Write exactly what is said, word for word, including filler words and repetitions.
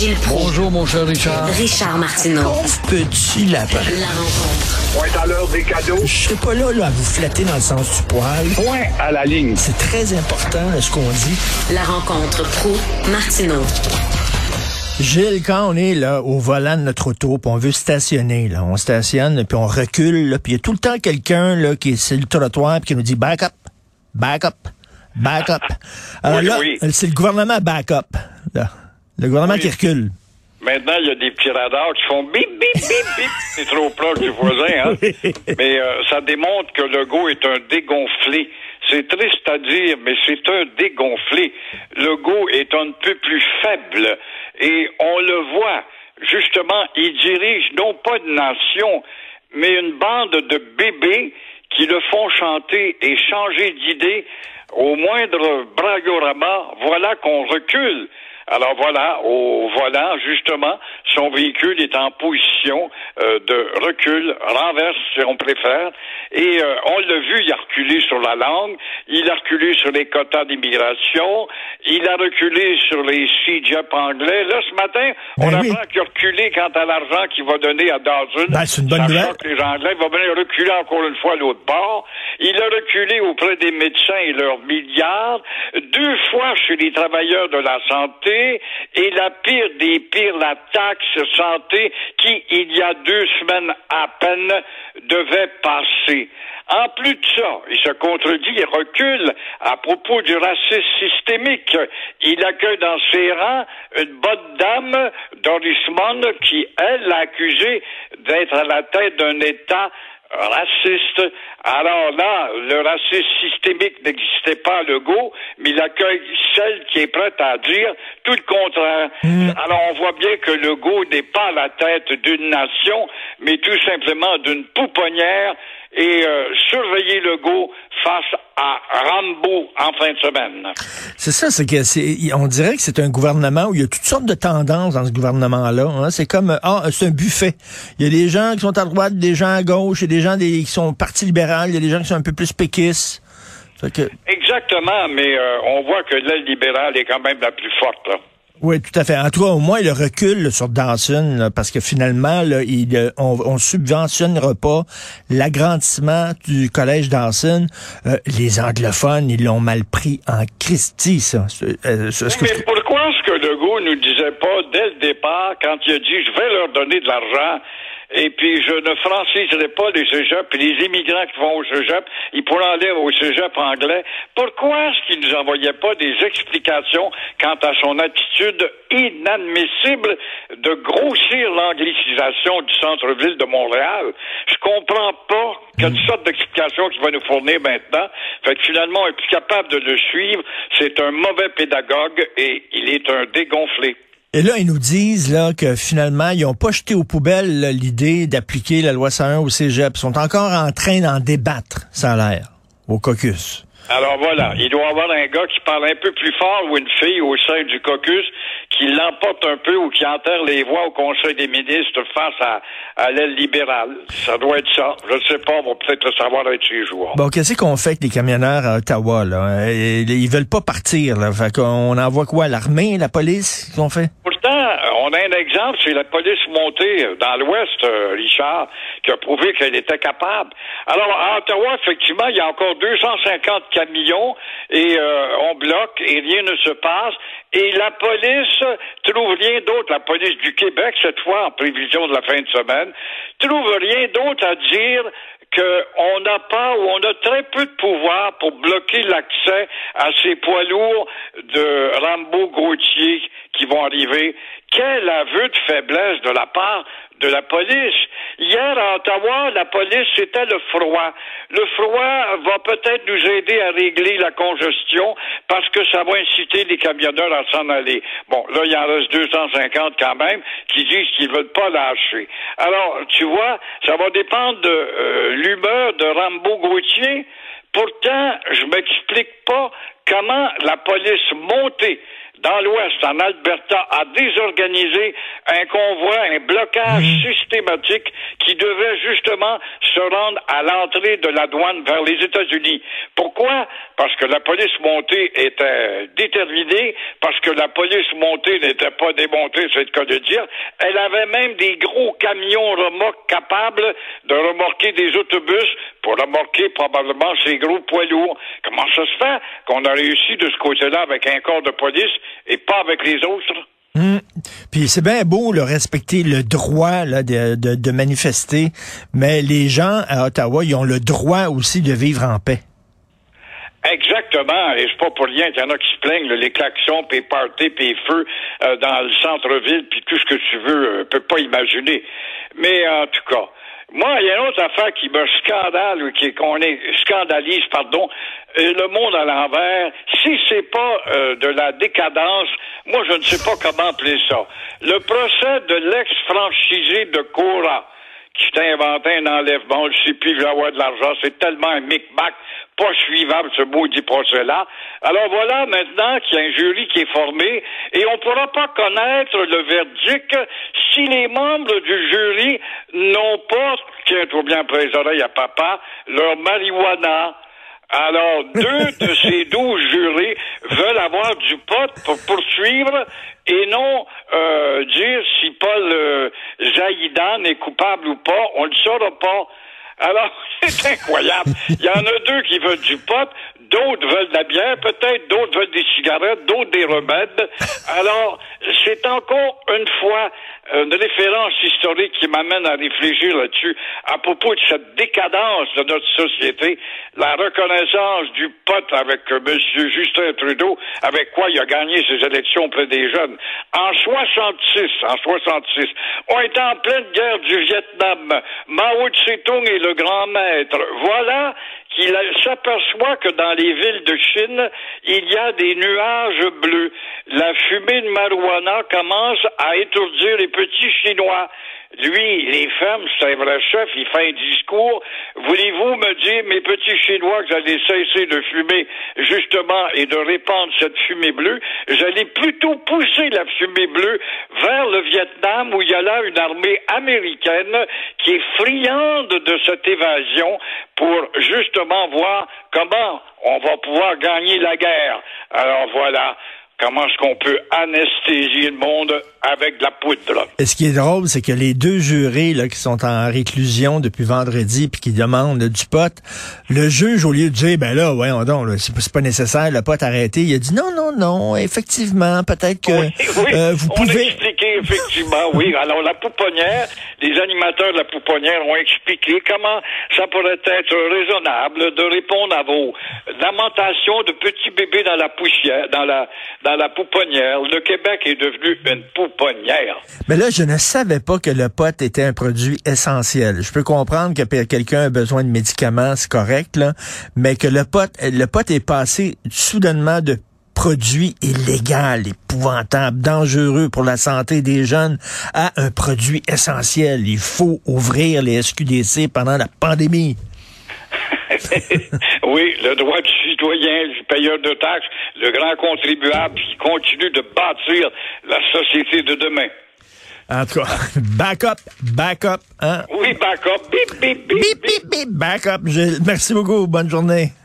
Gilles Proulx. Bonjour, mon cher Richard. Richard Martineau. Pauvre petit lapin. La rencontre. Point à l'heure des cadeaux. Je serai pas là, là à vous flatter dans le sens du poil. Point à la ligne. C'est très important, ce qu'on dit. La rencontre Proulx-Martineau. Gilles, quand on est là au volant de notre auto, puis on veut stationner, là, on stationne, puis on recule, là, puis il y a tout le temps quelqu'un là qui est sur le trottoir puis qui nous dit back up, back up, back up. Alors oui, là, oui. c'est le gouvernement back up, là. Le gouvernement Oui. qui recule. Maintenant, il y a des petits radars qui font bip, bip, bip, bip. C'est trop proche du voisin, hein? Mais euh, ça démontre que Legault est un dégonflé. C'est triste à dire, mais c'est un dégonflé. Legault est un peu plus faible. Et on le voit. Justement, il dirige non pas une nation, mais une bande de bébés qui le font chanter et changer d'idée au moindre braillorama. Voilà qu'on recule. Alors voilà, au volant, justement, son véhicule est en position euh, de recul, renverse si on préfère, et euh, on l'a vu, il a reculé sur la langue, il a reculé sur les quotas d'immigration, il a reculé sur les C-J E P anglais. Là, ce matin, on Ben oui. apprend qu'il a reculé quant à l'argent qu'il va donner à Dawson. Ben, c'est une bonne Ça nouvelle. choque les Anglais, il va venir reculer encore une fois à l'autre bord. Il a reculé auprès des médecins et leurs milliards, deux fois chez les travailleurs de la santé, et la pire des pires, la taxe santé qui, il y a deux semaines à peine, devait passer. En plus de ça, il se contredit et recule à propos du racisme systémique. Il accueille dans ses rangs une bonne dame, Doris Monn, qui, elle, l'a accusé d'être à la tête d'un État raciste. Alors là, le racisme systémique n'existait pas à Legault, mais il accueille celle qui est prête à dire tout le contraire. Mmh. Alors on voit bien que Legault n'est pas à la tête d'une nation, mais tout simplement d'une pouponnière, et euh, surveiller Legault face à Rambo en fin de semaine. C'est ça, c'est que c'est, on dirait que c'est un gouvernement où il y a toutes sortes de tendances dans ce gouvernement-là. Hein. C'est comme, ah, c'est un buffet. Il y a des gens qui sont à droite, des gens à gauche, il y a des gens des, qui sont parti libéral, il y a des gens qui sont un peu plus péquistes. Fait que... Exactement, mais euh, on voit que l'aile libérale est quand même la plus forte, là. Oui, tout à fait. En tout cas, au moins, il recule là, sur Dawson, là, parce que finalement, là, il, on, on subventionnera pas l'agrandissement du collège Dawson. Euh, les anglophones, ils l'ont mal pris en Christie, ça. Euh, ce, ce oui, que mais je... pourquoi est-ce que Legault nous disait pas, dès le départ, quand il a dit « je vais leur donner de l'argent », et puis je ne franciserai pas les cégeps, puis les immigrants qui vont au cégep, ils pourront aller au cégep anglais. Pourquoi est-ce qu'il nous envoyait pas des explications quant à son attitude inadmissible de grossir l'anglicisation du centre-ville de Montréal? Je comprends pas quelle sorte d'explication qu'il va nous fournir maintenant. Fait que finalement, on est plus capable de le suivre. C'est un mauvais pédagogue et il est un dégonflé. Et là, ils nous disent là que finalement, ils n'ont pas jeté aux poubelles là, l'idée d'appliquer la loi cent un au cégep. Ils sont encore en train d'en débattre, ça a l'air, au caucus. Alors voilà, il doit y avoir un gars qui parle un peu plus fort ou une fille au sein du caucus qui l'emporte un peu ou qui enterre les voix au Conseil des ministres face à, à l'aile libérale. Ça doit être ça. Je ne sais pas, on va peut-être le savoir avec ces jours. Bon, qu'est-ce qu'on fait avec les camionneurs à Ottawa, là? Ils veulent pas partir, là. Fait qu'on envoie quoi? L'armée, la police? Qu'est-ce qu'on fait? Pourtant, on a un exemple, c'est la police montée dans l'Ouest, euh, Richard, qui a prouvé qu'elle était capable. Alors, à Ottawa, effectivement, il y a encore deux cent cinquante camions et euh, on bloque et rien ne se passe. Et la police trouve rien d'autre, la police du Québec, cette fois en prévision de la fin de semaine, trouve rien d'autre à dire qu'on n'a pas ou on a très peu de pouvoir pour bloquer l'accès à ces poids lourds de Rambo-Gauthier qui vont arriver. Quel aveu de faiblesse de la part de la police. Hier, à Ottawa, la police, c'était le froid. Le froid va peut-être nous aider à régler la congestion parce que ça va inciter les camionneurs à s'en aller. Bon, là, il en reste deux cent cinquante quand même qui disent qu'ils ne veulent pas lâcher. Alors, tu vois, ça va dépendre de euh, l'humeur de Rambo-Gauthier. Pourtant, je m'explique pas comment la police montée dans l'Ouest, en Alberta, a désorganisé un convoi, un blocage mmh. systématique qui devait justement se rendre à l'entrée de la douane vers les États-Unis. Pourquoi? Parce que la police montée était déterminée, parce que la police montée n'était pas démontée, c'est le cas de dire. Elle avait même des gros camions remorques capables de remorquer des autobus pour remorquer probablement ces gros poids lourds. Comment ça se fait qu'on a réussi de ce côté-là avec un corps de police et pas avec les autres? Mmh. Puis c'est bien beau le respecter le droit là, de, de, de manifester, mais les gens à Ottawa, ils ont le droit aussi de vivre en paix. Exactement, et c'est pas pour rien qu'il y en a qui se plaignent, là, les klaxons, puis les parties, puis les feux euh, dans le centre-ville, puis tout ce que tu veux, euh, peut pas imaginer. Mais en tout cas, moi, il y a une autre affaire qui me scandale, ou qui qu'on est scandalise, pardon, euh, le monde à l'envers. Si c'est pas euh, de la décadence, moi je ne sais pas comment appeler ça. Le procès de l'ex-franchisé de Cora, qui s'est inventé un enlèvement, je sais plus, il veut avoir de l'argent, c'est tellement un micmac, pas suivable ce maudit procès-là. Alors voilà maintenant qu'il y a un jury qui est formé et on ne pourra pas connaître le verdict si les membres du jury n'ont pas, tiens-toi bien après les oreilles à papa, leur marijuana. Alors, deux de ces douze jurés veulent avoir du pot pour poursuivre et non euh, dire si Paul euh, Zaïdan est coupable ou pas. On ne le saura pas. Alors, c'est incroyable. Il y en a deux qui veulent du pot, d'autres veulent de la bière, peut-être, d'autres veulent des cigarettes, d'autres des remèdes. Alors, c'est encore une fois une référence historique qui m'amène à réfléchir là-dessus à propos de cette décadence de notre société, la reconnaissance du pot avec euh, M. Justin Trudeau, avec quoi il a gagné ses élections auprès des jeunes. En soixante-six, en soixante-six, on était en pleine guerre du Vietnam. Mao Tse-tung est le grand maître. Voilà qu'il s'aperçoit que dans les villes de Chine, il y a des nuages bleus. La fumée de marijuana commence à étourdir les petits Chinois. Lui, les femmes, c'est un vrai chef, il fait un discours. Voulez-vous me dire, mes petits Chinois, que vous allez cesser de fumer, justement, et de répandre cette fumée bleue? J'allais plutôt pousser la fumée bleue vers le Vietnam, où il y a là une armée américaine qui est friande de cette évasion pour justement voir comment on va pouvoir gagner la guerre. Alors voilà. Comment est-ce qu'on peut anesthésier le monde avec de la poudre? Et ce qui est drôle, c'est que les deux jurés là, qui sont en réclusion depuis vendredi puis qui demandent du pot, le juge, au lieu de dire, ben là, voyons donc, là, c'est, c'est pas nécessaire, le pot arrêté, il a dit non, non, non, effectivement, peut-être que oui, oui, euh, vous on pouvez... a expliqué, effectivement, oui. Alors, la pouponnière, les animateurs de la pouponnière ont expliqué comment ça pourrait être raisonnable de répondre à vos lamentations de petits bébés dans la poussière, dans la dans la pouponnière. Le Québec est devenu une pouponnière. Mais là, je ne savais pas que le pot était un produit essentiel. Je peux comprendre que quelqu'un a besoin de médicaments, c'est correct, là, mais que le pot, le pot est passé soudainement de produit illégal, épouvantable, dangereux pour la santé des jeunes, à un produit essentiel. Il faut ouvrir les S Q D C pendant la pandémie. Oui, le droit du citoyen, du payeur de taxes, le grand contribuable qui continue de bâtir la société de demain. En tout cas, back up, back up, hein? Oui, back up, bip, bip, bip, bip, bip, bip, back up. Je... Merci beaucoup, bonne journée.